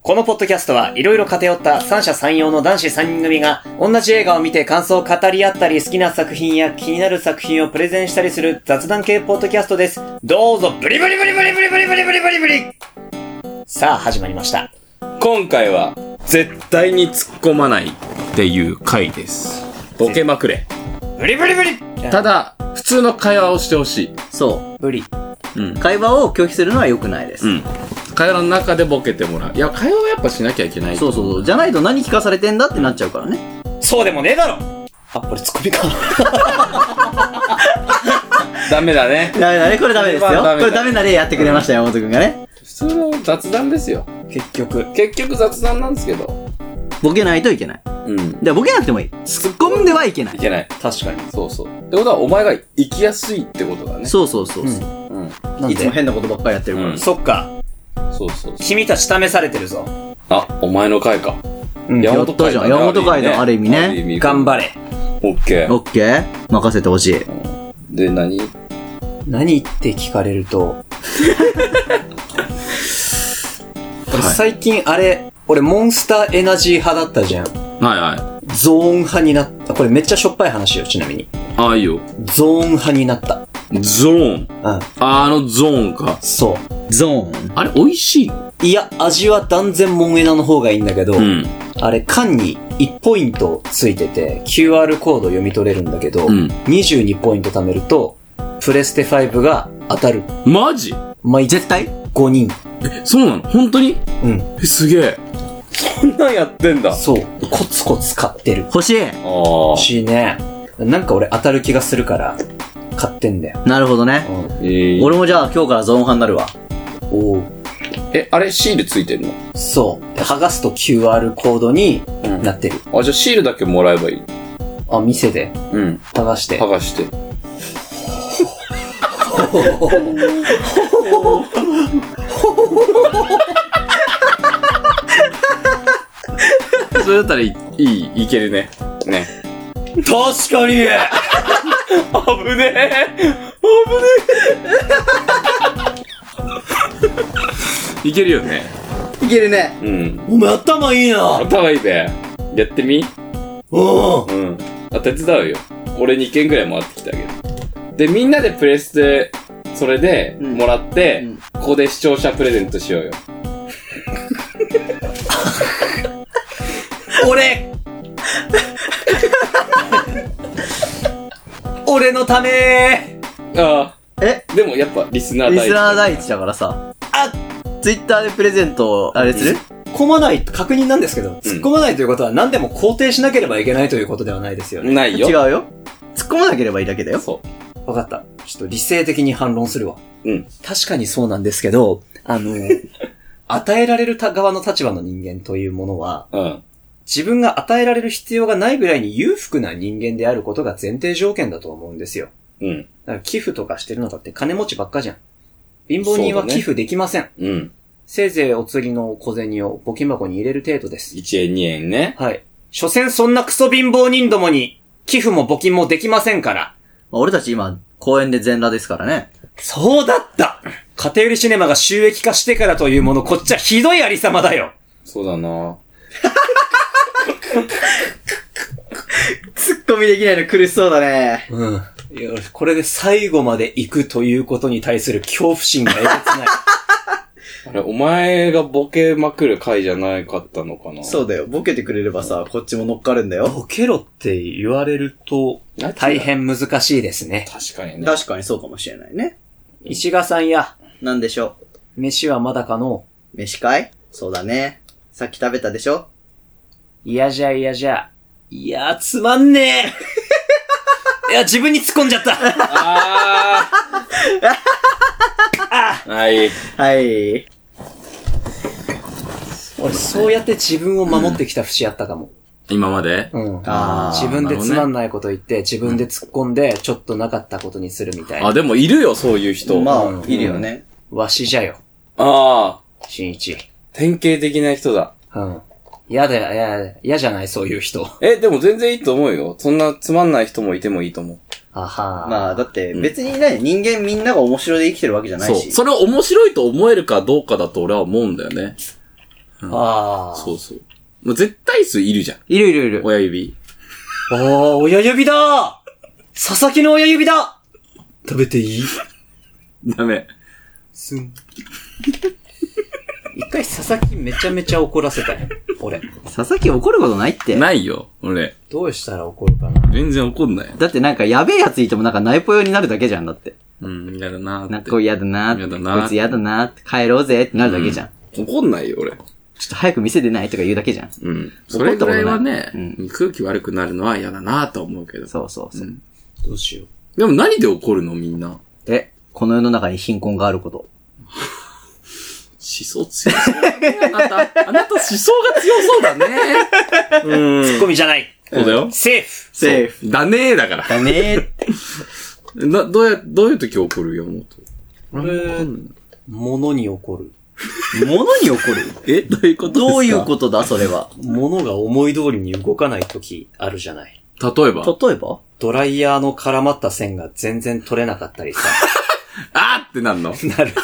このポッドキャストはいろいろ偏った三者三様の男子3人組が同じ映画を見て感想を語り合ったり好きな作品や気になる作品をプレゼンしたりする雑談系ポッドキャストです。どうぞブリブリブリブリブリブリブリブリブリブリ。さあ始まりました。 今回は絶対に突っ込まないっていう回です。ボケまくれ。 ブリブリブリ。 ただ普通の会話をしてほしい。 そう。 ブリ。 会話を拒否するのは良くないです。 会話の中でボケてもらう。いや、会話はやっぱしなきゃいけない。 そう。じゃないと何聞かされてんだってなっちゃうからね。 そうでもねえだろ。あ、これツッコミか。 ダメだね。 ダメだね。これダメですよ。これダメな例やってくれましたよ、山本くんがね。 普通の雑談ですよ。 結局雑談なんですけど。 ボケないといけない。で、ボケなくてもいい。突っ込んではいけない。 いけない。 確かに。 そう。ってことは、お前が生きやすいってことだね。 そう。いつも変なことばっかりやってるから。 そっか。 そう。 君たち試されてるぞ。 あ、お前の回か。 やったじゃん。山本回のある意味ね。 頑張れ。 オッケー。 任せてほしい。 で、何って聞かれると。俺最近俺モンスターエナジー派だったじゃん。 はい。 ゾーン派になった。これめっちゃしょっぱい話よ、ちなみに。 ああ、いいよ。 ゾーン派になった。 ゾーン。あのゾーンか。 そう。 ゾーン。 あれ、美味しいの？ いや、味は断然モンエナの方がいいんだけど、あれ、缶に1ポイントついてて、QR コード読み取れるんだけど、22ポイント貯めると、プレステ5が当たる。 マジ？ 絶対 ?5 人。 そうなの？本当に？すげえ。そんなんやってんだ。 そう。コツコツ買ってる。 欲しい。 欲しいね。なんか俺当たる気がするから、買ってんだよ。 なるほどね。俺もじゃあ今日からゾーン派になるわ。 おう。 あれシールついてんの？ そう。剥がすと QR コードになってる。 じゃあシールだけもらえばいい？ 店で。剥がして。 それだったらいけるね。 確かに危ねえいけるよね。 いけるね。 お前頭いいな。 頭いいべ。やってみ？手伝うよ。俺2件ぐらい回ってきてあげる。で、みんなでプレステ、それで、もらって、ここで視聴者プレゼントしようよ。 俺のためー。でもやっぱリスナー第一だからさ。ツイッターでプレゼントをあれする？ 突っ込まない、確認なんですけど、突っ込まないということは何でも肯定しなければいけないということではないですよね。 ないよ。 違うよ。突っ込まなければいいだけだよ。 そう。 わかった。ちょっと理性的に反論するわ。確かにそうなんですけど、与えられる側の立場の人間というものは、自分が与えられる必要がないぐらいに裕福な人間であることが前提条件だと思うんですよ。だから寄付とかしてるのだって金持ちばっかじゃん。貧乏人は寄付できません。せいぜいお釣りの小銭を募金箱に入れる程度です。 1円2円ね。 はい。所詮そんなクソ貧乏人どもに寄付も募金もできませんから。 俺たち今公園で全裸ですからね。 そうだった。家庭売りシネマが収益化してからというもの、こっちはひどいありさまだよ。 そうだな。 ツッコミできないの苦しそうだね。 いや、これで最後まで行くということに対する恐怖心がえげつない。 あれ、お前がボケまくる回じゃなかったのかな？ そうだよ。ボケてくれればさ、こっちも乗っかるんだよ。 ボケろって言われると、大変難しいですね。 確かにね。 確かにそうかもしれないね。 石賀さんや。 なんでしょう。飯はまだかの？ 飯かい？そうだね。さっき食べたでしょ？ 嫌じゃ。いや、つまんねえ。いや、自分に突っ込んじゃった。 はい。 俺、そうやって自分を守ってきた節あったかも。 今まで？ 自分でつまんないこと言って、自分で突っ込んで、ちょっとなかったことにするみたいな。 でもいるよ、そういう人。 いるよね。 わしじゃよ。新一。 典型的な人だ。 嫌じゃない、そういう人。 でも全然いいと思うよ。そんなつまんない人もいてもいいと思う。 だって別にね、人間みんなが面白いで生きてるわけじゃないし。 それを面白いと思えるかどうかだと俺は思うんだよね。 ああ。 そうそう。もう絶対数いるじゃん。 いるいるいる。 親指。 ああ、親指だ佐々木の親指だ食べていい？ ダメ。 すん。一回佐々木めちゃめちゃ怒らせたよ。俺。 佐々木怒ることないって。 ないよ、俺。 どうしたら怒るかな。 全然怒んないよ。 だってなんかやべえやついてもなんかナイポヨになるだけじゃんだって。 やだなーって。 なんかこう嫌だなーって。 嫌だなー。 こいつ嫌だなーって。帰ろうぜってなるだけじゃん。 怒んないよ、俺。 ちょっと早く店出ないとか言うだけじゃん。 それぐらいはね、空気悪くなるのは嫌だなと思うけど。 そうそうそう。 どうしよう。でも何で怒るのみんな。 この世の中に貧困があること。 思想強そうだね、あなた思想が強そうだね。 ツッコミじゃない。 そうだよ。 セーフ。 だねーだから。 だねーって。 どういう時怒るよ、もっと。 物に怒る。 物に怒る？ どういうことですか？ どういうことだ、それは。 物が思い通りに動かない時あるじゃない。 例えばドライヤーの絡まった線が全然取れなかったりさ。 あーってなんの？ なる。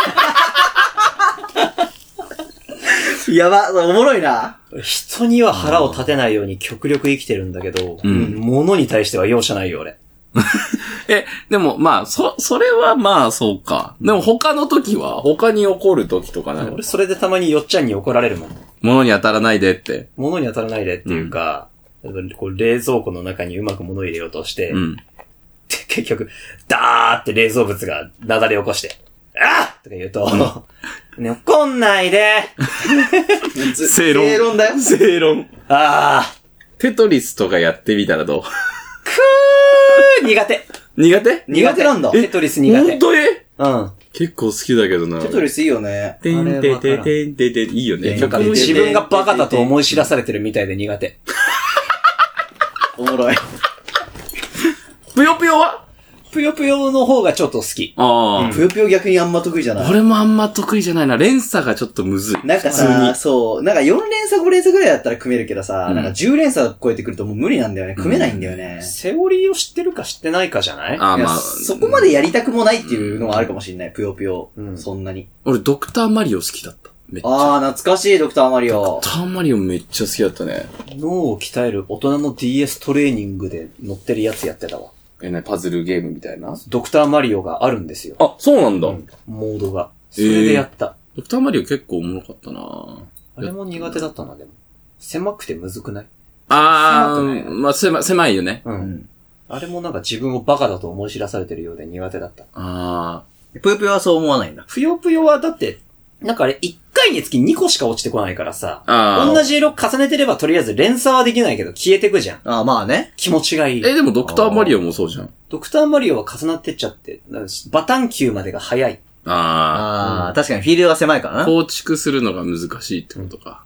やば、おもろいな。 人には腹を立てないように極力生きてるんだけど、物に対しては容赦ないよ、俺。 でも、まあ、それはまあ、そうか。でも他の時は他に怒る時とかなの？ 俺、それでたまによっちゃんに怒られるもん。 物に当たらないでって。 物に当たらないでっていうか、こう冷蔵庫の中にうまく物入れようとして、結局、ダーって冷蔵物がなだれ起こして、あーとか言うと、ね、怒んないで正論だよ。正論。テトリスとかやってみたらどう？ 苦手。 苦手なんだ。 テトリス苦手。 本当に？ うん。 結構好きだけどな。 テトリスいいよね。 てんてててんてていいよね。 自分がバカだと思い知らされてるみたいで苦手。 おもろい。 ぷよぷよは？ ぷよぷよの方がちょっと好き。 ぷよぷよ逆にあんま得意じゃない。 俺もあんま得意じゃないな。連鎖がちょっとむずい。 なんかさ、そう、なんか4連鎖5連鎖ぐらいだったら組めるけどさ、なんか10連鎖超えてくるともう無理なんだよね。組めないんだよね。 セオリーを知ってるか知ってないかじゃない？ まあ。そこまでやりたくもないっていうのはあるかもしれない。ぷよぷよ。そんなに。 俺ドクターマリオ好きだった。めっちゃ。 懐かしいドクターマリオ。 ドクターマリオめっちゃ好きだったね。 脳を鍛える大人の DS トレーニングで乗ってるやつやってたわ。 パズルゲームみたいな？ ドクターマリオがあるんですよ。 あ、そうなんだ。 モードが。それでやった。 ドクターマリオ結構おもろかったな。 あれも苦手だったな、でも。狭くてむずくない？ まあ、狭いよね。 あれもなんか自分をバカだと思い知らされてるようで苦手だった。 ぷよぷよはそう思わないんだ。 ぷよぷよはだって、なんかあれ1回につき2個しか落ちてこないからさ、同じ色重ねてればとりあえず連鎖はできないけど消えてくじゃん。 まあね。 気持ちがいい。 でもドクターマリオもそうじゃん。 ドクターマリオは重なってっちゃって、バタン球までが早い。 確かにフィールドが狭いからな。 構築するのが難しいってことか。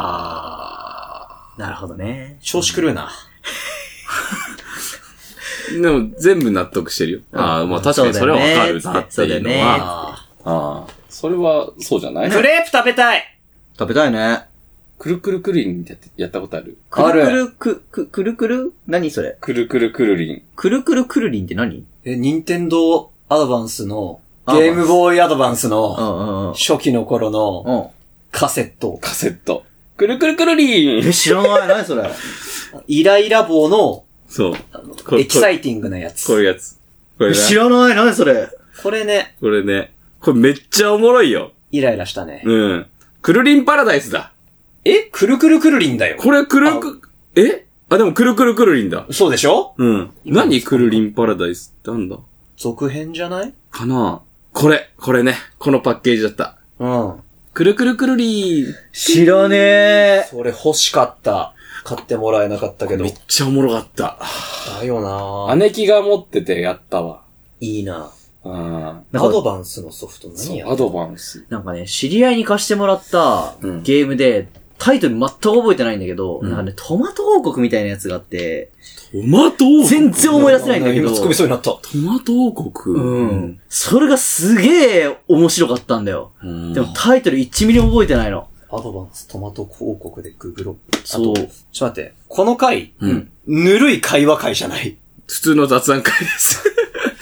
なるほどね。 調子狂うな。 でも全部納得してるよ。まあ確かにそれはわかるなっていうのは。それはそうじゃない？ クレープ食べたい！ 食べたいね。 くるくるくるりんってやったことある？ くるくる何それ？ くるくるくるりん。 くるくるくるりんって何？ 任天堂アドバンスの、ゲームボーイアドバンスの、初期の頃の、カセット。くるくるくるりん！ 知らない。何それ？ イライラ棒の、 そう。 エキサイティングなやつ。 こういうやつ。これ知らない。何それ？ これね。 これめっちゃおもろいよ。 イライラしたね。 くるりんパラダイスだ。 くるくるくるりんだよ。 これでもくるくるくるりんだ。 そうでしょ？ 何くるりんパラダイスってなんだ？ 続編じゃない？ かな？これね。このパッケージだった。くるくるくるりん。 知らねえ。 それ欲しかった。買ってもらえなかったけど。 めっちゃおもろかった。 だよなぁ。 姉貴が持っててやったわ。 いいなぁ。 アドバンスのソフト何やった？ アドバンス。 なんかね、知り合いに貸してもらったゲームで、タイトル全く覚えてないんだけど、なんかね、トマト王国みたいなやつがあって、 トマト王国全然思い出せないんだけど。 今突っ込みそうになった。 トマト王国それがすげえ面白かったんだよ。でもタイトル1ミリも覚えてないの。 アドバンストマト王国でググロ。 そう。 ちょっと待って。この回、ぬるい会話会じゃない。 普通の雑談会です。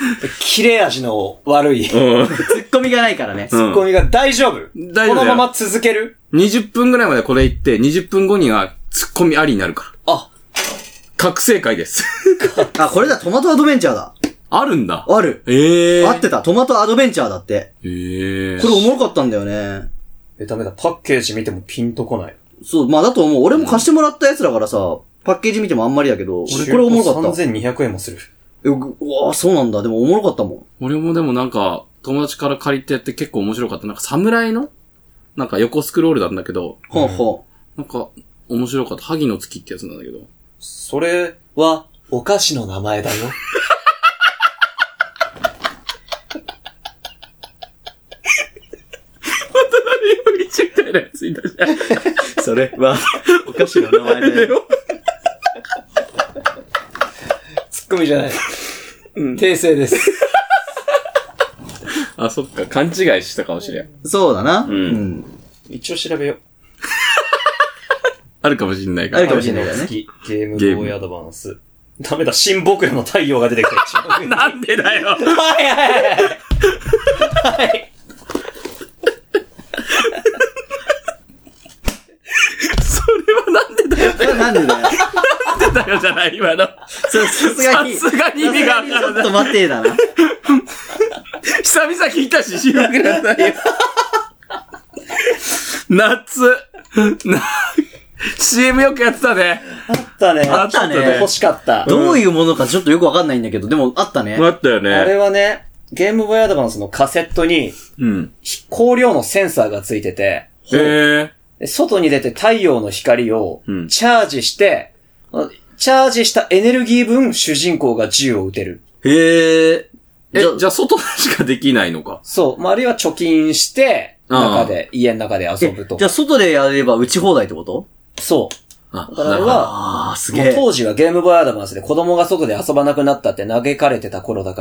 切れ味の悪い。 ツッコミがないからね。 ツッコミが大丈夫。 大丈夫。 このまま続ける ?20 分ぐらいまでこれ言って、20分後にはツッコミありになるから。 あ。 覚醒会です。 あ、これだ、トマトアドベンチャーだ。 あるんだ。 ある。合ってた。トマトアドベンチャーだって。これおもろかったんだよね。 ダメだ。パッケージ見てもピンとこない。 そう、まあだと思う。俺も貸してもらったやつだからさ、パッケージ見てもあんまりだけど、俺これおもろかった。 3200円もする。 うわぁ、そうなんだ。でもおもろかったもん。 俺もでもなんか、友達から借りてやって結構面白かった。なんか侍のなんか横スクロールなんだけど。なんか、面白かった。萩の月ってやつなんだけど。 それは、お菓子の名前だよ。 みたいなやついたじゃん。 それは、お菓子の名前だよ。 ツッコミじゃない。訂正です。 あ、そっか。勘違いしたかもしれん。 そうだな。 一応調べよう。 あるかもしんないから。 あるかもしんないからね。 ゲームボーイアドバンス。ダメだ、新僕らの太陽が出てきた。 なんでだよ。 はい。 それはなんでだよ。 なんでだよ。 なんでだよじゃない、今の。 さすがに意味がわからない。 ちょっと待てだな。 久々聞いたし、新僕らの太陽。CM よくやってたね。 あったね。 あったね。 欲しかった。 どういうものかちょっとよくわかんないんだけど、でもあったね。 あったよね。 あれはね、ゲームボーイアドバンスのカセットに、光量のセンサーがついてて、外に出て太陽の光をチャージして、チャージしたエネルギー分主人公が銃を撃てる。 じゃあ外でしかできないのか。 そう。あるいは貯金して、家の中で遊ぶと。 じゃあ外でやれば撃ち放題ってこと？ そう。だからあれは、 すげえ。 当時はゲームボーイアドバンスで子供が外で遊ばなくなったって嘆かれてた頃だから、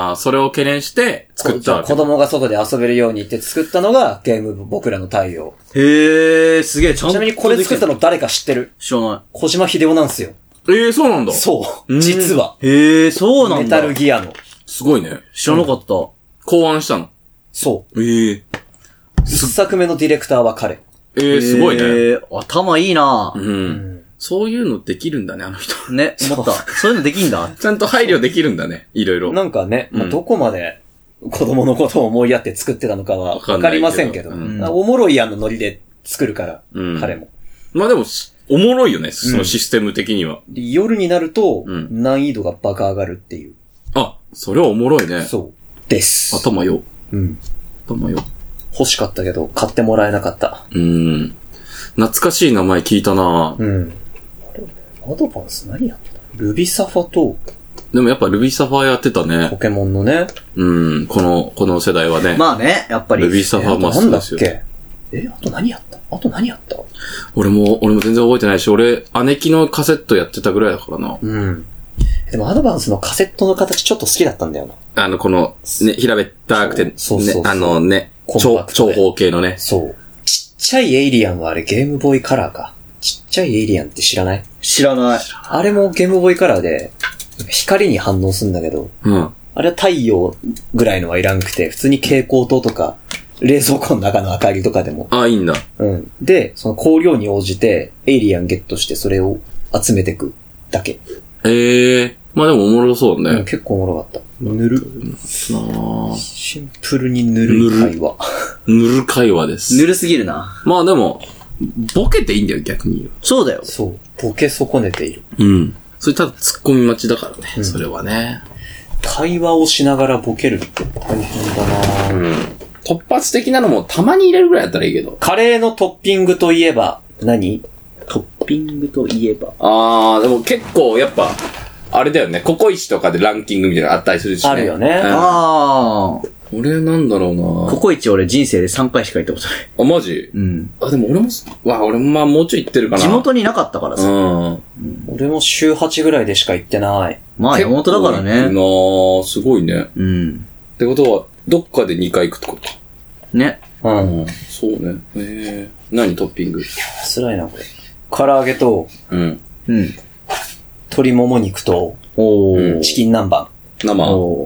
それを懸念して作ったわけ。 子供が外で遊べるようにって作ったのがゲーム僕らの太陽。 へー、すげえ。 ちなみにこれ作ったの誰か知ってる？ 知らない。 小島秀夫なんですよ。 そうなんだ。 そう。実は。 へー、そうなんだ。 メタルギアの。 すごいね。 知らなかった。 考案したの。 そう。 一作目のディレクターは彼。 すごいね。 頭いいな。 そういうのできるんだね、あの人。 ね、思った。そういうのできんだ。 ちゃんと配慮できるんだね、いろいろ。 なんかね、どこまで子供のことを思いやって作ってたのかはわかりませんけど、おもろいノリで作るから、彼も。 まあでも、おもろいよね、そのシステム的には。 夜になると、難易度がバカ上がるっていう。 それはおもろいね。 そうです。 頭よ。頭よ。 欲しかったけど、買ってもらえなかった。 懐かしい名前聞いたなアドバンス何やってた？ルビサファと、 でもやっぱルビサファやってたね。 ポケモンのね。 この世代はね。 まあね、やっぱり。 ルビサファマスターですよ。 なんだっけ？あと何やった俺も全然覚えてないし、姉貴のカセットやってたぐらいだからな。 でもアドバンスのカセットの形ちょっと好きだったんだよな。 この、ね、平べったくて、 そう長方形のね。 そう。ちっちゃいエイリアンはあれゲームボーイカラーか。ちっちゃいエイリアンって知らない？ 知らない。 あれもゲームボーイカラーで、光に反応するんだけど、あれは太陽ぐらいのはいらんくて、普通に蛍光灯とか、冷蔵庫の中の明かりとかでも。 いいんだ。 で、その光量に応じて、エイリアンゲットしてそれを集めていくだけ。 まあでもおもろそうだね。 結構おもろかった。ぬる。シンプルにぬるい会話。 ぬる会話です。 ぬるすぎるな。 まあでも、ボケていいんだよ、逆に。 そうだよ。 そう。ボケ損ねている。 それただ突っ込み待ちだからね、それはね。 会話をしながらボケるって大変だな突発的なのもたまに入れるぐらいだったらいいけど。 カレーのトッピングといえば何？ トッピングといえば。 でも結構やっぱ、あれだよね、ココイチとかでランキングみたいなのあったりするしね。 あるよね。 俺なんだろうなココイチ俺人生で3回しか行ったことない。 マジ？でも俺もまあもうちょい行ってるかな。 地元になかったからさ。 俺も週8ぐらいでしか行ってない。 まあ山本だからね。 すごいね。ってことは、どっかで2回行くってことね。 そうね。何トッピング？ 辛いな、これ。唐揚げと、鶏もも肉と、チキン南蛮。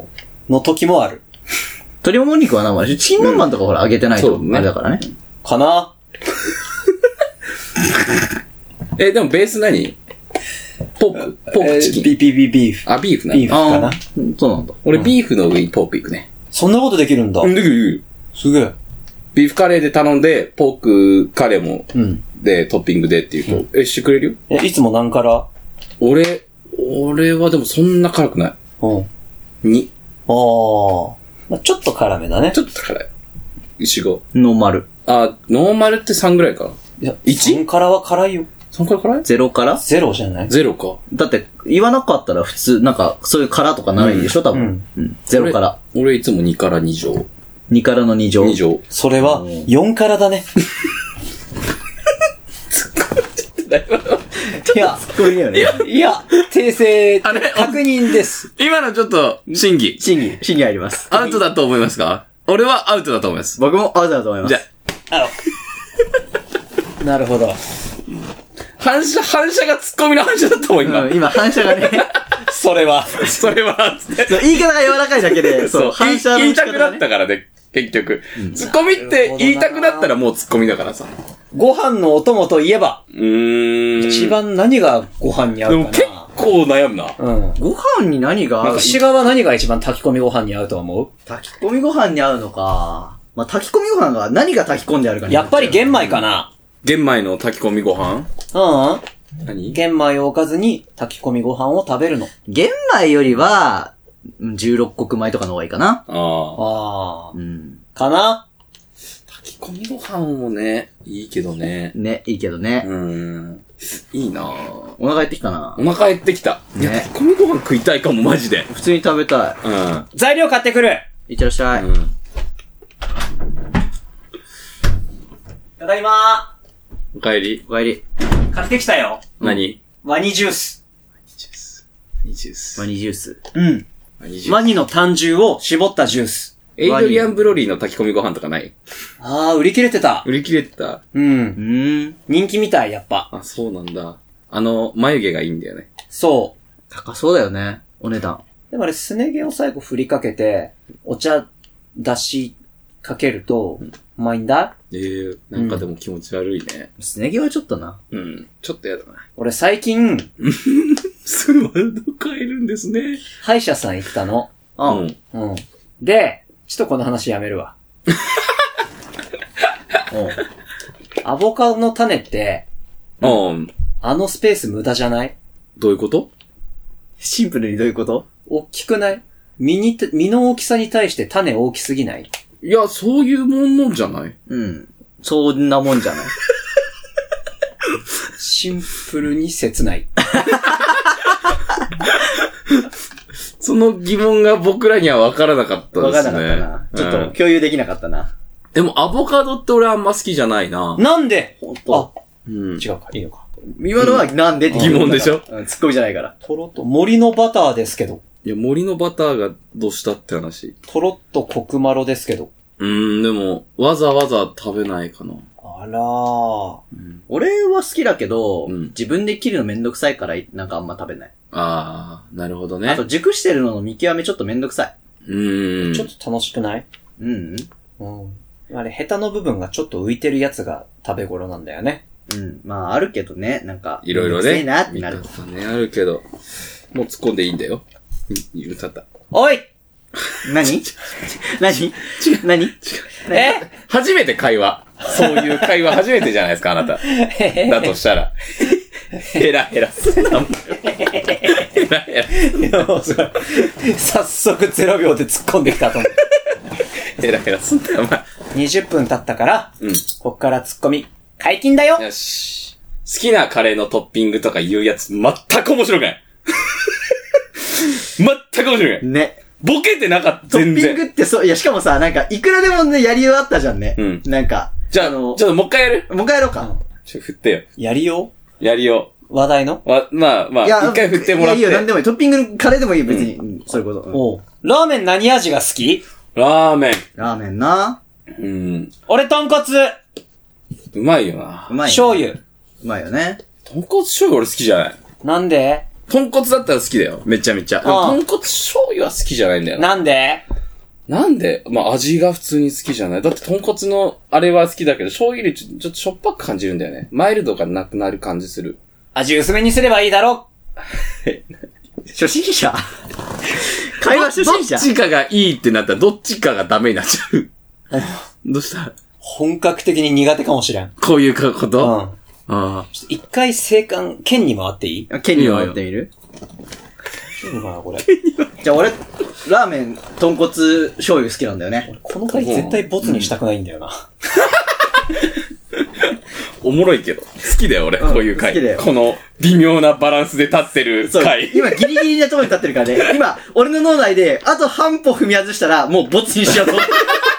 の時もある。 鶏もも肉は生でしょ。チキン南蛮とかほら揚げてないと、あれだからね。 かなでもベース何？ポークチキン。 ビーフ。 あ、ビーフな。 ビーフかな。 そうなんだ。 俺ビーフの上にポークいくね。 そんなことできるんだ。 できる。 すげえ。 ビーフカレーで頼んで、ポークカレーも、で、トッピングでっていうと、してくれるよ。いつも何から？ 俺はでもそんな辛くない。2。 まあ、ちょっと辛めだね。 ちょっと辛い。4、5。 ノーマル。 ノーマルって3ぐらいかな。 いや、1からは辛いよ。 3から辛い？ 0から ?0 じゃない？ 0か。 だって、言わなかったら普通、なんか、そういう辛とかないでしょ、多分。0から。 俺いつも2から2乗。 2からの2乗。 2乗。 それは、4からだね。いや、 これよね。 いや、訂正、確認です。 今のちょっと、審議あります。 アウトだと思いますか？俺はアウトだと思います。 僕もアウトだと思います。じゃあ、なるほど。 反射がツッコミの反射だったもん、今。 今、反射がね。 それは、 言い方が柔らかいだけで、そう、反射の言いたくなったからね、結局。ツッコミって言いたくなったらもうツッコミだからさ。 ご飯のお供といえば、一番何がご飯に合うかな。 でも結構悩むな。 ご飯に何が合う？ 石川は何が一番炊き込みご飯に合うと思う？ 炊き込みご飯に合うのか。まあ、炊き込みご飯が何が炊き込んであるかに。 やっぱり玄米かな。 玄米の炊き込みご飯？何？ 玄米を置かずに炊き込みご飯を食べるの。 玄米よりは、16穀米とかの方がいいかな。 かな？ 炊き込みご飯もね、いいけどね。 いいけどね。 いいなぁ。 お腹減ってきたな。 お腹減ってきた。いや、炊き込みご飯食いたいかも、マジで。 普通に食べたい。材料買ってくる。 いってらっしゃい。 ただいまー。お帰り。 買ってきたよ。 何？ ワニジュース。 ワニジュース。 ワニの胆汁を絞ったジュース。 エイドリアン・ブロリーの炊き込みご飯とかない？ 売り切れてた。 売り切れてた。 人気みたい、やっぱ。 あ、そうなんだ。眉毛がいいんだよね。 そう。 高そうだよね、お値段。 でもあれ、すね毛を最後振りかけて、お茶出しかけると、うまいんだ。 なんかでも気持ち悪いね。 すね毛はちょっとな。 ちょっとやだな。 俺最近、 スワルド買えるんですね。 歯医者さん行ったの。で、ちょっとこの話やめるわ。アボカドの種って、あのスペース無駄じゃない？ どういうこと？ シンプルにどういうこと？ 大きくない？実の大きさに対して種大きすぎない？ いや、そういうものじゃない？ そんなもんじゃない？ シンプルに切ない。 その疑問が僕らには分からなかったですね。 分からなかったな。ちょっと共有できなかったな。 でもアボカドって俺あんま好きじゃないな。 なんで？ ほんと。 違うか、いいのか。 今のはなんでって疑問でしょ？ ツッコミじゃないから。 とろっと、森のバターですけど。 いや、森のバターがどうしたって話。 とろっとコクマロですけど。 でも、わざわざ食べないかな。 あらー。 俺は好きだけど、自分で切るのめんどくさいからなんかあんま食べない。 なるほどね。 あと熟してるのの見極めちょっとめんどくさい。 ちょっと楽しくない？あれ、ヘタの部分がちょっと浮いてるやつが食べ頃なんだよね。 まああるけどね、なんか。 いろいろね。 いいなってなる。 ね、あるけど。もう突っ込んでいいんだよ。歌った。 おい何初めて会話。そういう会話初めてじゃないですか、あなた。だとしたら。ヘラヘラ。ヘラヘラ。 早速0秒で突っ込んできたと思う。 ヘラヘラすんだよ、お前。 20分経ったから、こっから突っ込み、解禁だよ。 よし。好きなカレーのトッピングとか言うやつ、全く面白くない。全く面白くない。 ね。 ボケてなかった、全然。 トッピングってそう、いや、しかもさ、なんか、いくらでもね、やりようあったじゃんね。なんか。 じゃあ、ちょっともう一回やる？ もう一回やろうか。 振ってよ。 やりよう？やりよう。話題の？ まあ、一回振ってもらって。 いいよ、なんでもいい。トッピングカレーでもいいよ、別に。そういうこと。 ラーメン何味が好き？ ラーメンな。 俺、豚骨。 うまいよな。 うまい。 醤油。 うまいよね。 豚骨醤油俺好きじゃない。 なんで？ 豚骨だったら好きだよ。めちゃめちゃ。豚骨醤油は好きじゃないんだよ。 なんでまあ、味が普通に好きじゃない。だって豚骨のあれは好きだけど、醤油入れちょっとしょっぱく感じるんだよね。マイルドがなくなる感じする。 味薄めにすればいいだろ。 初心者会話初心者どっちかがいいってなったらどっちかがダメになっちゃう。どうした？ 本格的に苦手かもしれん。 こういうこと？ うん。ああ。一回県に回っていい？ 県に回ってみる？ いいのかな、これ。 じゃあ俺、ラーメン、豚骨醤油好きなんだよね。 この回絶対ボツにしたくないんだよな。 おもろいけど。好きだよ、俺、こういう回。 好きだよ。 この微妙なバランスで立ってる回。 今ギリギリなところに立ってるからね。今、俺の脳内で、あと半歩踏み外したら、もうボツにしようと思って。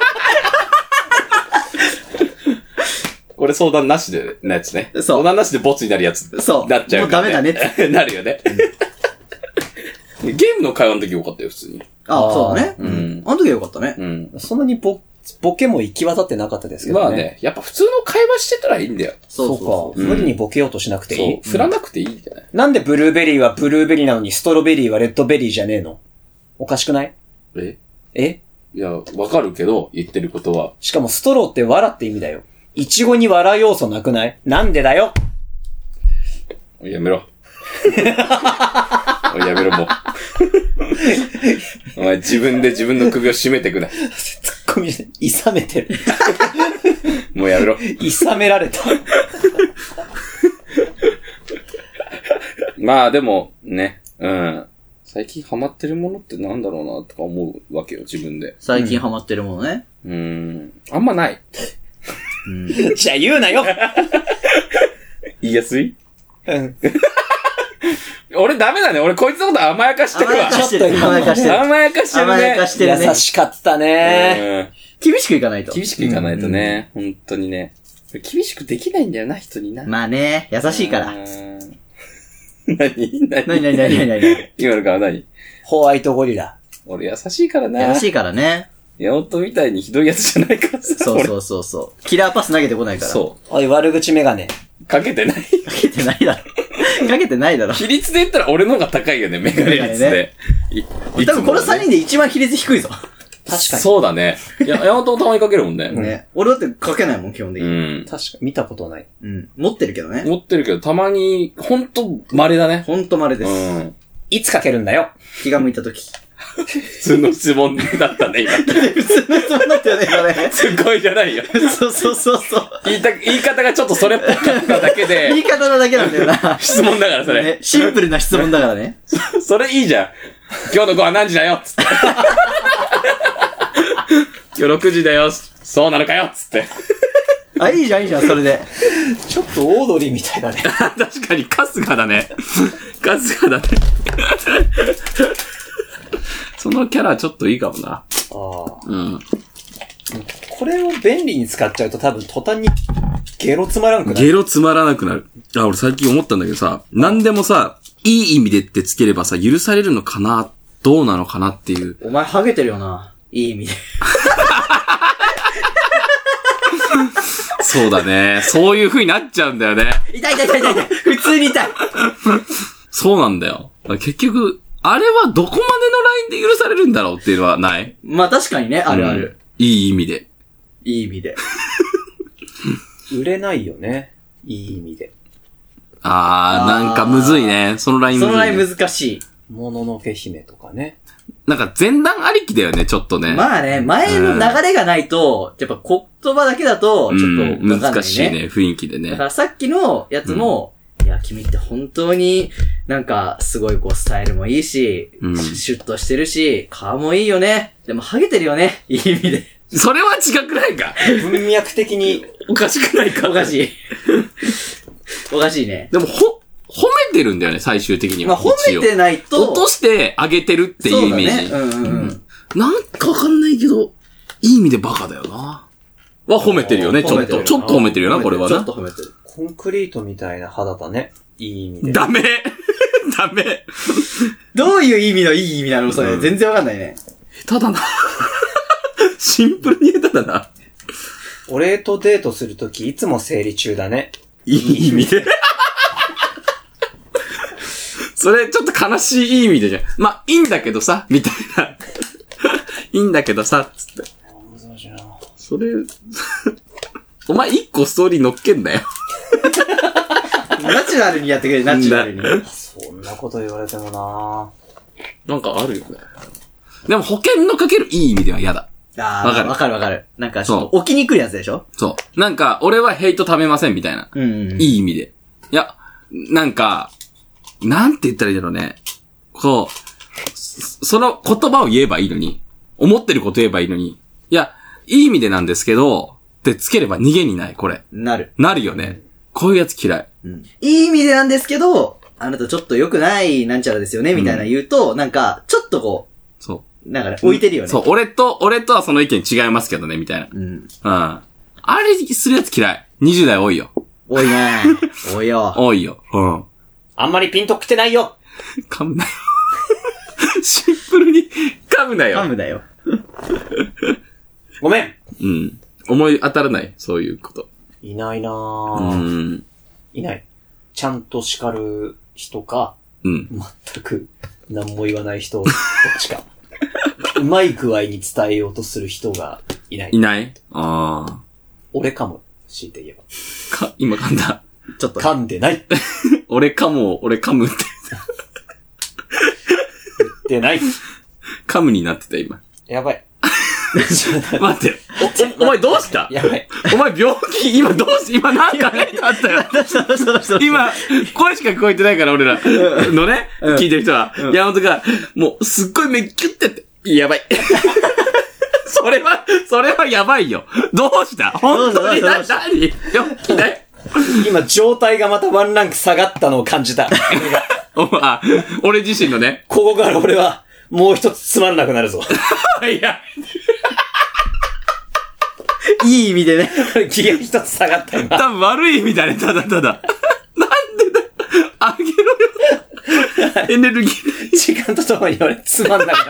これ相談なしでなやつね。 そう。 相談なしでボツになるやつ。 そう。 なっちゃうから、ね。 もうダメだねって。 なるよね。ゲームの会話の時よかったよ、普通に。 ああ、そうだね。 うん。 あの時はよかったね。 うん。 そんなにボケも行き渡ってなかったですけどね。 まあね、やっぱ普通の会話してたらいいんだよ。 そうか。無理にボケようとしなくていい。 振らなくていいんじゃない？ なんでブルーベリーはブルーベリーなのにストロベリーはレッドベリーじゃねえの？おかしくない？えいや、わかるけど、言ってることは。 しかもストローって藁って意味だよ。イチゴに藁要素なくない？なんでだよ。 やめろ。やめろ、もう。お前自分で自分の首を絞めてくな。 ツッコミ、いさめてる。 もうやめろ。 いさめられた。 まあでも、ね。うん。最近ハマってるものってなんだろうな、とか思うわけよ、自分で。 最近ハマってるものね。 あんまない。 じゃあ言うなよ。 言いやすい？ うん。 俺ダメだね。俺こいつのこと甘やかしてるわ。 甘やかしてる。甘やかしてる。 甘やかしてるね。 甘やかしてるね。 優しかったね。 厳しくいかないと。 厳しくいかないとね。本当にね。厳しくできないんだよな、人にな。 まあね、優しいから。 何今の顔何？ ホワイトゴリラ。 俺優しいからな。 優しいからね。 ヤオトみたいにひどいやつじゃないからさ。 そう。キラーパス投げてこないから。 そう。 おい、悪口メガネ。 かけてない。 かけてないだろ。かけてないだろ。 比率で言ったら俺の方が高いよね、メガネ率で。 多分この3人で一番比率低いぞ。 確かに。そうだね。いや、ヤオトもたまにかけるもんね。 ね。俺だってかけないもん、基本的に。 うん。 確かに。見たことない。 うん。持ってるけどね。 持ってるけど、たまに、ほんと稀だね。 ほんと稀です。 うん。 いつかけるんだよ。 気が向いたとき。 普通の質問だったね、今。 普通の質問だったよね、今ね。 すごいじゃないよ。 そう。 言い方がちょっとそれっぽかっただけで。 言い方なだけなんだよな。 質問だから、それ。 ね、シンプルな質問だからね。 それいいじゃん。今日のご飯何時だよつって。今日6時だよ。そうなのかよつって。 あ、いいじゃん、それで。 ちょっとオードリーみたいだね。 確かに、春日だね。春日だね。そのキャラちょっといいかもな。 ああ。 うん。 これを便利に使っちゃうと多分途端にゲロつまらんくなる。 ゲロつまらなくなる。俺最近思ったんだけどさ、何でもさ、いい意味でってつければさ、許されるのかな、どうなのかなっていう。 お前ハゲてるよな。いい意味で。 そうだね。そういう風になっちゃうんだよね。 痛い。普通に痛い。 そうなんだよ。結局、あれはどこまでのラインで許されるんだろうっていうのはない？ まあ確かにね、あるある。 いい意味で。 いい意味で。 売れないよね。いい意味で。 なんかむずいね。そのラインむずい、ね。 そのライン難しい。 もののけ姫とかね。 なんか前段ありきだよね、ちょっとね。 まあね、前の流れがないと、やっぱ言葉だけだと、ちょっとわかんないね。 難しいね、雰囲気でね。 だからさっきのやつも、いや、君って本当になんかすごいこうスタイルもいいし、シュッとしてるし、顔もいいよね。でもハゲてるよね。いい意味で。 それは違くないか。 文脈的におかしくないか。 おかしい。おかしいね。 でも褒めてるんだよね、最終的には。 まあ褒めてないと。 落としてあげてるっていうイメージ。 そうだね。 なんかわかんないけど、いい意味でバカだよな。は褒めてるよね、ちょっと。ちょっと褒めてるよな、これはね。 ちょっと褒めてる。 コンクリートみたいな肌だね。いい意味で。 ダメどういう意味のいい意味なのそれ、全然わかんないね。 下手だな。シンプルに下手だな。 俺とデートするときいつも生理中だね。 いい意味で。 それちょっと悲しい意味でじゃん。まあ、いいんだけどさ、みたいな。いいんだけどさ、つって。 難しいな。 それ、お前一個ストーリー乗っけんだよ。 ナチュラルにやってくれ、ナチュラルに。 そんなこと言われてもなんかあるよね。でも保険のかけるいい意味では嫌だ。 ああ、 わかるわかるわかる。なんかちょっと置きに来るやつでしょ？ そう。なんか、俺はヘイト貯めませんみたいな。いい意味で。いや、なんか、なんて言ったらいいだろうね。こう、その言葉を言えばいいのに、思ってること言えばいいのに、いや、いい意味でなんですけど、ってつければ逃げにない、これ。 なるよね。こういうやつ嫌い。 いい意味でなんですけど、あなたちょっと良くないなんちゃらですよね、みたいな言うと、なんか、ちょっとこう、 そう。 なんかね、置いてるよね。 そう、俺とはその意見違いますけどね、みたいな。あれするやつ嫌い。20代多いよ。 多いね。多いよ。 多いよ。 あんまりピンとくてないよ。 噛むなよ。シンプルに噛むなよ。 噛むだよ。 ごめん。 思い当たらない、そういうこと。 いないなぁ。いない。ちゃんと叱る人か、全く何も言わない人、どっちか。うまい具合に伝えようとする人がいない。 いない？ああ。 俺かも、強いて言えば。 今噛んだ。 ちょっと。噛んでない。 俺噛むって。 言ってない。 噛むになってた、今。 やばい。 待って。お前どうした？ やばい。 お前病気今今なんかあったよ。今、声しか聞こえてないから俺らのね、聞いてる人は。山本が、もうすっごい目キュッてって、やばい。それはやばいよ。どうした本当に何病気だよ。 今状態がまたワンランク下がったのを感じた。 俺自身のね。 ここから俺は、もう一つつまんなくなるぞ。 いや。 いい意味でね。 気が一つ下がった今。 多分悪い意味だね、ただ。なんでだあげろよ。エネルギー。 時間とともに俺つまんなくなって。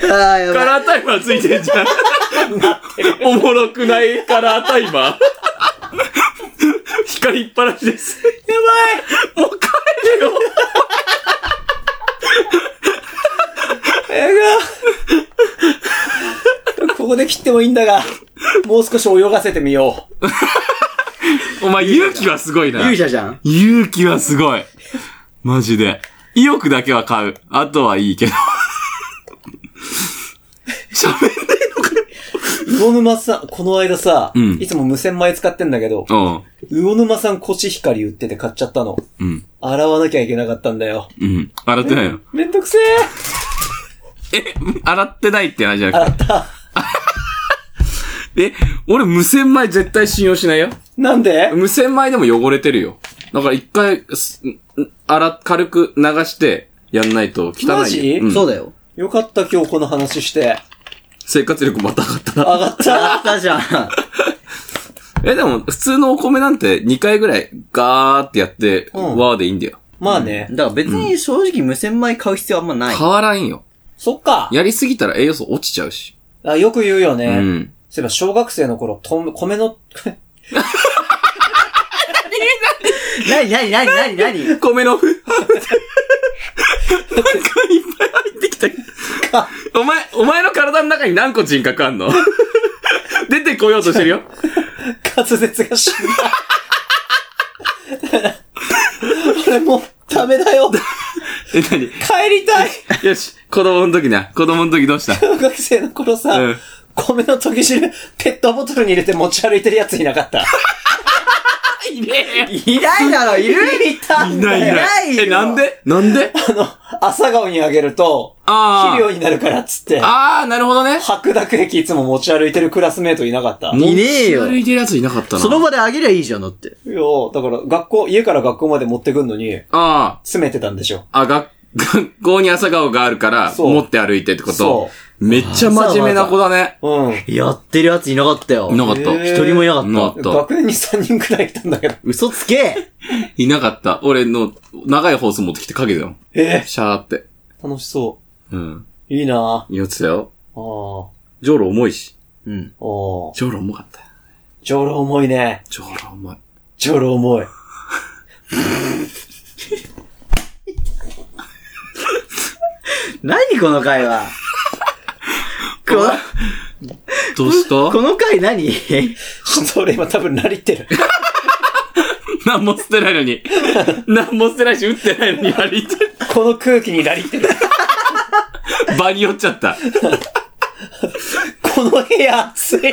やばい。 カラータイマーついてんじゃん。おもろくないカラータイマー。光っぱなしです。 やばい。 もう帰れよ。 ここで切ってもいいんだが、もう少し泳がせてみよう。お前勇気はすごいな。 勇者じゃん。 勇気はすごい。マジで。意欲だけは買う。あとはいいけど。喋んねえのかよ。 魚沼さん、この間さ、いつも無洗米使ってんだけど、魚沼さんコシヒカリ売ってて買っちゃったの。洗わなきゃいけなかったんだよ。 洗ってないの？ めんどくせえ。洗ってないって話じゃなくて。 洗った。 俺無洗米絶対信用しないよ。 なんで？ 無洗米でも汚れてるよ。だから一回、軽く流してやんないと汚いよ。 マジ？ そうだよ。 よかった今日この話して。 生活力また上がったな。 上がった。 上がったじゃん。 でも、普通のお米なんて2回ぐらいガーってやって、わーでいいんだよ。 まあね。 だから別に正直無洗米買う必要あんまない。 変わらんよ。 そっか。 やりすぎたら栄養素落ちちゃうし。 よく言うよね。そういえば小学生の頃、米の、 何米のなんかいっぱい入ってきた。お前の体の中に何個人格あんの？出てこようとしてるよ。 滑舌が死んだ。俺もうダメだよ。 何？ 帰りたい。 よし、子供の時どうした？ 小学生の頃さ、米の溶き汁、ペットボトルに入れて持ち歩いてるやついなかった。 いねえよ。 いないだろ、いる？ いたんだよ。 いないよ。なんで朝顔にあげると、肥料になるからっつって。 なるほどね。 白濁液いつも持ち歩いてるクラスメートいなかった。 いねえよ。 持ち歩いてるやついなかったな。 その場であげりゃいいじゃん、だって。 いやだから家から学校まで持ってくんのに、詰めてたんでしょ。 学校に朝顔があるから、持って歩いてってこと？そう。めっちゃ真面目な子だね。 やってるやついなかったよ。 いなかった。 一人もいなかった。 学年に3人くらいいたんだけど。 嘘つけ！ いなかった。俺の長いホース持ってきてかけたよ。シャーって。 楽しそう。 いいなぁ。 いいやつだよ。ジョロ重いし。ジョロ重かった。 ジョロ重いね。 ジョロ重い。 ジョロ重い。 何この回は。 どうしたこの回何？ それ今多分ラリってる。 何も捨てないのに。何も捨てないし、打ってないのにラリってる。 この空気にラリってる。 場に酔っちゃった。 この部屋暑い。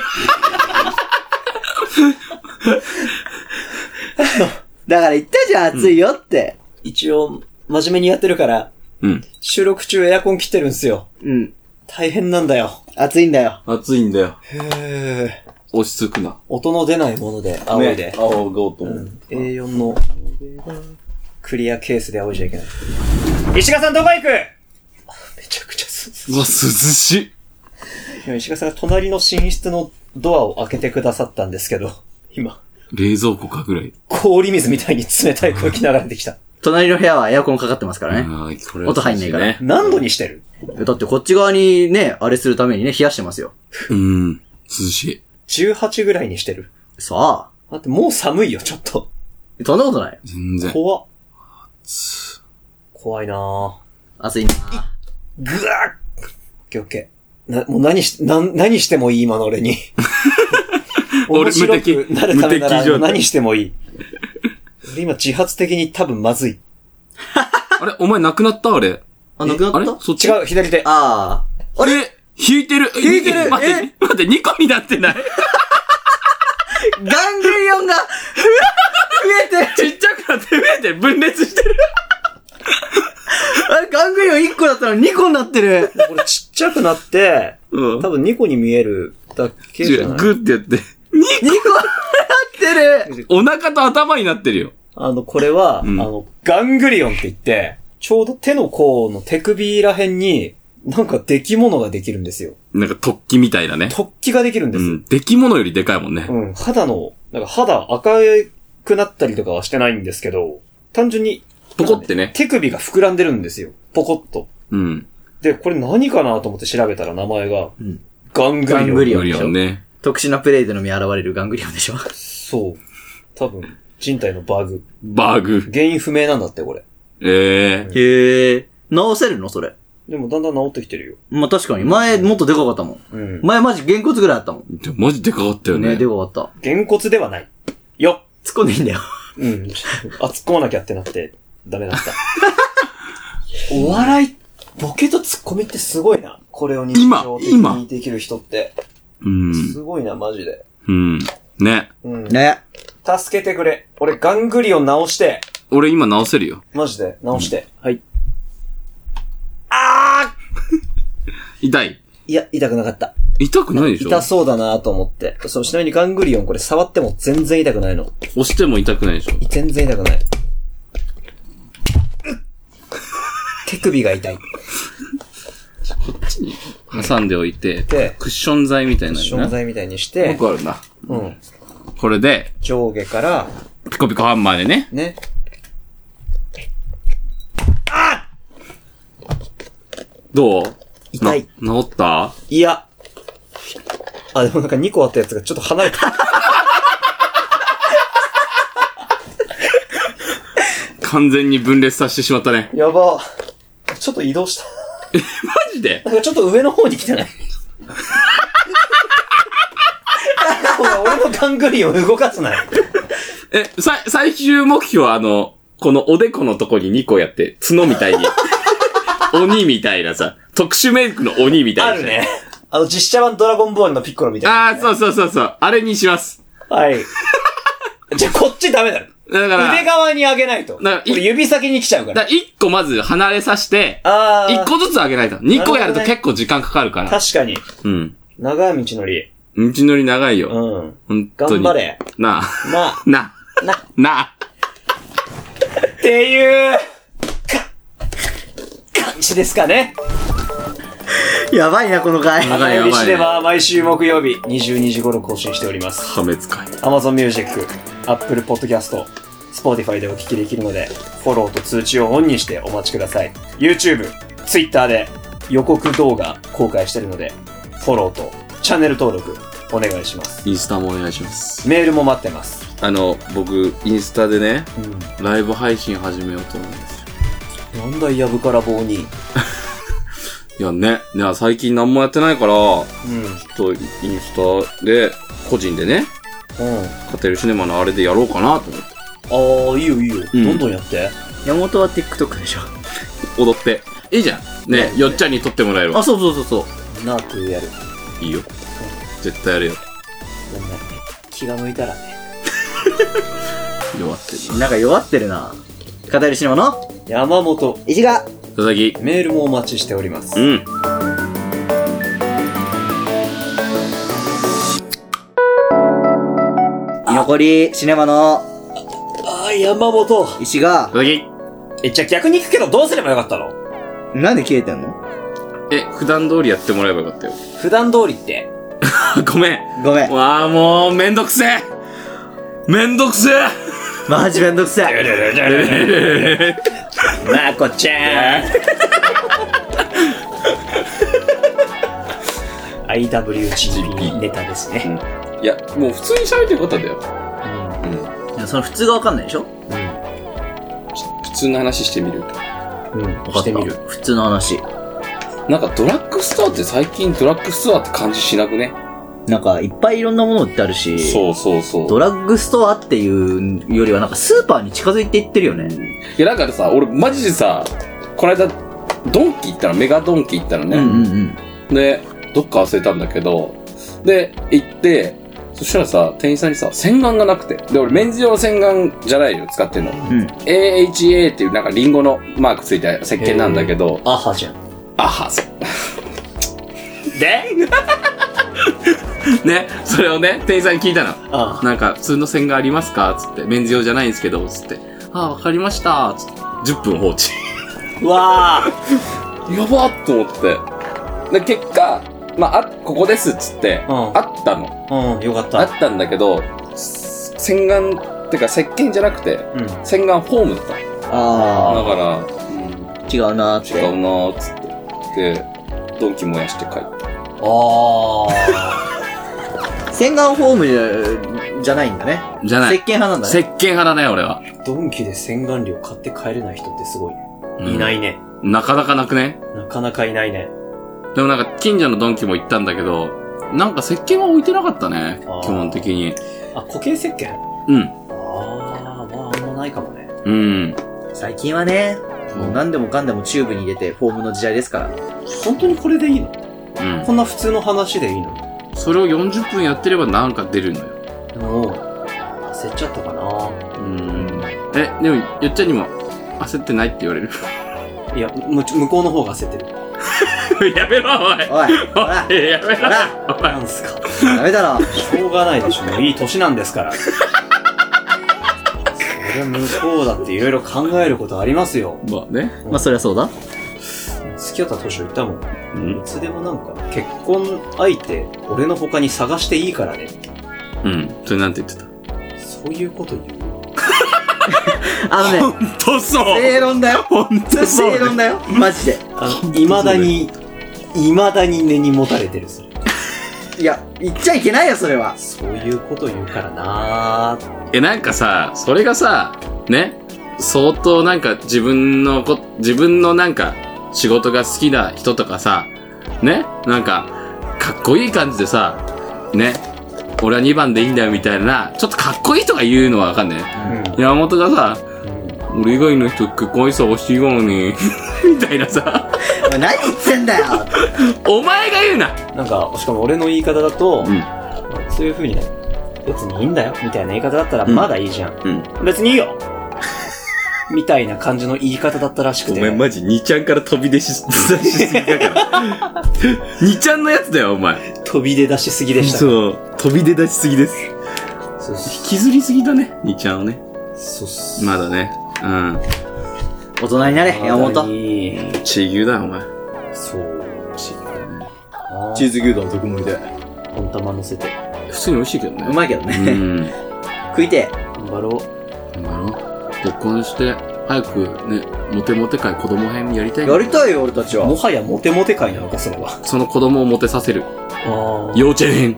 だから言ったじゃん、暑いよって。 一応、真面目にやってるから、 うん。 収録中エアコン切ってるんすよ。 うん。 大変なんだよ。 暑いんだよ。 暑いんだよ。 へー。 落ち着くな。 音の出ないもので、仰いで。 仰ごうと思う。 A4 のクリアケースで仰いじゃいけない。石川さんどこ行く？めちゃくちゃうわ、涼しい。 今石川さんが隣の寝室のドアを開けてくださったんですけど、今。 冷蔵庫かぐらい。 氷水みたいに冷たい空気流れてきた。 隣の部屋はエアコンかかってますからね。 これ音入んないから。 何度にしてる？ だってこっち側にね、あれするためにね、冷やしてますよ。 涼しい。 18ぐらいにしてる。 さあ。 だってもう寒いよ、ちょっと。 そんなことない。 全然。 怖いなぁ。 暑いなぁ。 ぐわっ！オッケー。もう何してもいい今の俺に。面白くなるためなら何してもいい。俺今自発的に多分まずい。 あれお前亡くなったあれ。 あ、亡くなった？ あれそっち？ 違う、左手。 ああ。 あれ引いてる。 引いてる。 待って、2個になってない？ ガングリオンが増えてる。 ちっちゃくなって増えてる。分裂してる。 あれ、ガングリオン1個だったのに2個になってる。 これちっちゃくなって、多分2個に見えるだけじゃない？ グってやって。2 個になってる。 お腹と頭になってるよ。 これは、ガングリオンって言って、ちょうど手の甲の手首ら辺に、なんか出来物ができるんですよ。 なんか突起みたいなね。 突起ができるんです。 出来物よりでかいもんね。 なんか肌赤くなったりとかはしてないんですけど、単純に、 ポコってね。 手首が膨らんでるんですよ。ポコッと。で、これ何かなと思って調べたら名前が、ガングリオン。 ガングリオンでしょ。 ね。 特殊なプレイでのみ現れるガングリオンでしょ。 そう。多分、人体のバグ。原因不明なんだって、これ。 へえ。直せるのそれ。 でもだんだん治ってきてるよ。 まあ、確かに。前もっとデカかったもん。前マジげんこつぐらいあったもん。 マジデカかったよね。 デカかった。 げんこつではない。よっ突っ込んでいいんだよ。 突っ込まなきゃってなって、ダメだった。お笑い、ボケとツッコミってすごいな。これを日常的にできる人って。すごいな、マジで。 ね。 ね。 助けてくれ。俺ガングリオン直して。 俺今直せるよ。 マジで、直して。はい。 痛い？ いや、痛くなかった。 痛くないでしょ？ 痛そうだなと思って。ちなみにガングリオンこれ触っても全然痛くないの。 押しても痛くないでしょ？ 全然痛くない。手首が痛い。 こっちに挟んでおいて、クッション材みたいなのね。 クッション材みたいにして。 よくあるな。これで、 上下から、 ピコピコハンマーでね。 ね。 どう？ 痛い。 治った？ いや。でもなんか2個あったやつがちょっと離れた。 完全に分裂させてしまったね。 やば。ちょっと移動した。 マジで？ なんかちょっと上の方に来てない？俺のガングリオン動かすなよ。 最終目標はこのおでこのとこに2個やって、角みたいに。鬼みたいなさ、特殊メイクの鬼みたいな。 あるね。実写版ドラゴンボールのピッコロみたいな、ね。 そう。あれにします。 はい。じゃあこっちダメだろ。だから。腕側に上げないと。俺指先に来ちゃうから。 1個まず離れさして、1個ずつ上げないと。2個やると結構時間かかるから。 確かに。長い道のり。 道のり長いよ。本当に。 頑張れ。 な。 っていう感じですかね。 やばいな、この回。 やばい。では毎週木曜日22時頃更新しております。 破滅会。 Amazon Music、Apple Podcast、Spotify でお聞きできるので、フォローと通知をオンにしてお待ちください。YouTube、Twitter で予告動画公開してるので、フォローとチャンネル登録お願いします。 インスタもお願いします。 メールも待ってます。 僕、インスタでね、ライブ配信始めようと思うんですよ。 なんだ、やぶから棒に。 いやね、いや最近何もやってないから、ちょっとインスタで、個人でね、カテルシネマのあれでやろうかなと思って。 ああ、いいよいいよ。どんどんやって。 山本は TikTok でしょ。 踊って。いいじゃん。ね、よっちゃんに撮ってもらえるわ。 あ、そう。 ナートやる。 いいよ。絶対やるよ。 ごめんね。気が向いたらね。 弱ってるな。 なんか弱ってるな。カテルシネマの山本、 石川、 佐々木。 メールもお待ちしております。 居残りシネマの山本、 石川。 佐々木。 じゃあ逆に行くけどどうすればよかったの？ なんで消えてんの？ 普段通りやってもらえばよかったよ。 普段通りって。 ごめん。わあ、もう、めんどくせえ。 マジめんどくせえ。 まこちゃん。IWGP ネタですね。 いや、もう普通に喋ってよかったんだよ。 いや、その普通がわかんないでしょ？ 普通の話してみる。 してみる。 普通の話。 なんかドラッグストアって最近ドラッグストアって感じしなくね？ なんかいっぱいいろんなもの売ってあるし。 そう。 ドラッグストアっていうよりはなんかスーパーに近づいていってるよね。 いや、なんかさ、俺マジでさ、この間、ドンキ行ったら、メガドンキ行ったらね。で、どっか忘れたんだけど、で、行って、そしたらさ、店員さんにさ、洗顔がなくて。で、俺メンズ用の洗顔じゃないよ、使ってんの。AHA っていうなんかリンゴのマークついた石鹸なんだけど。 アハじゃん。 アハ、そう。 でね、それをね、店員さんに聞いたの。なんか、普通の洗顔ありますかつって。メンズ用じゃないんですけど、つって。わかりましたつって。10分放置。 うわー。やばーっと思って。で、結果、ここですっつって、あったの。 よかった。 あったんだけど、洗顔ってか石鹸じゃなくて、洗顔フォームだった。だから、 違うなーっつって。で、ドンキ燃やして帰った。 洗顔フォームじゃないんだね。 じゃない。 石鹸派なんだね。 石鹸派だね、俺は。 ドンキで洗顔料買って帰れない人ってすごいね。いないね。 なかなかなくね？ なかなかいないね。 でもなんか、近所のドンキも行ったんだけど、なんか石鹸は置いてなかったね。基本的に。 固形石鹸？ あんまないかもね。 最近はね、もう何でもかんでもチューブに入れてフォームの時代ですから。 本当にこれでいいの？こんな普通の話でいいの？ それを40分やってればなんか出るのよ。 焦っちゃったかな。 でも、よっちゃんにも焦ってないって言われる。 いや、向こうの方が焦ってる。 やめろ、おい。やめろ。 なんすか。 ダメだろ。 しょうがないでしょ。もういい年なんですから。それは向こうだっていろいろ考えることありますよ。 そりゃそうだ。 付き合った年を言ったもん。いつでもなんか、結婚相手、俺の他に探していいからね。 それなんて言ってた？ そういうこと言う？ ほんとそう。 正論だよ。ほんとそう。正論だよ。マジで。 未だに根に持たれてる、それ。 いや、言っちゃいけないよ、それは。 そういうこと言うからなー。なんかさ、それがさ、ね、相当なんか自分のなんか、仕事が好きな人とかさ、ね、なんか、かっこいい感じでさ、ね、俺は2番でいいんだよみたいな、ちょっとかっこいい人が言うのはわかんねえ。山本がさ、俺以外の人結婚探していいかもね、みたいなさ。 何言ってんだよお前が言うな。 なんか、しかも俺の言い方だと、そういう風にね、別にいいんだよ、みたいな言い方だったらまだいいじゃん。別にいいよみたいな感じの言い方だったらしくて。 お前マジ2ちゃんから飛び出しすぎだから。2ちゃんのやつだよ、お前。 飛び出しすぎでした。 そう。飛び出しすぎです。引きずりすぎだね、2ちゃんをね。 そうっす。 まだね。 大人になれ、山本。 チー牛だよ、お前。 そう。 チー牛だね。 チーズ牛丼特盛りで。 温玉乗せて。 普通に美味しいけどね。 うまいけどね。食いて。 頑張ろう。 結婚して、早くね、モテモテ会子供編やりたい。 やりたいよ、俺たちは。 もはやモテモテ会なのか、それは。 その子供をモテさせる。幼稚園編。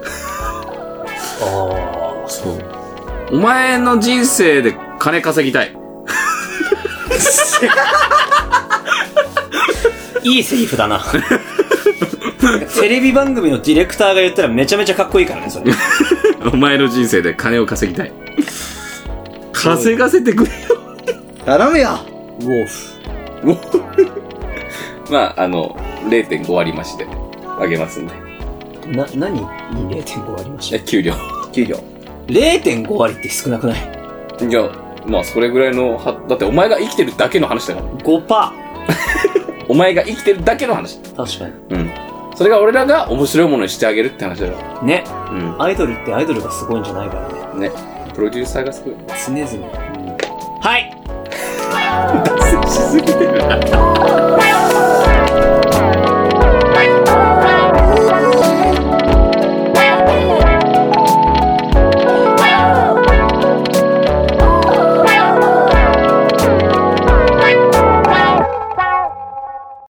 そう。お前の人生で金稼ぎたい。 いいセリフだな。テレビ番組のディレクターが言ったらめちゃめちゃかっこいいからね、それ。 お前の人生で金を稼ぎたい。稼がせてくれよ。 頼むよ。 ウォーフ。 まあ、0.5 割増しであげますんで。 何に 0.5 割増し？ 給料。 0.5 割って少なくない？ いや、まあ、それぐらいの、だってお前が生きてるだけの話だから。 5%。 お前が生きてるだけの話。 確かに。 うん。それが俺らが面白いものにしてあげるって話だよ。 ね。 うん。 アイドルってアイドルがすごいんじゃないからね。 ね。プロデューサーがすごい。 常々。はい。 脱線しすぎてるな。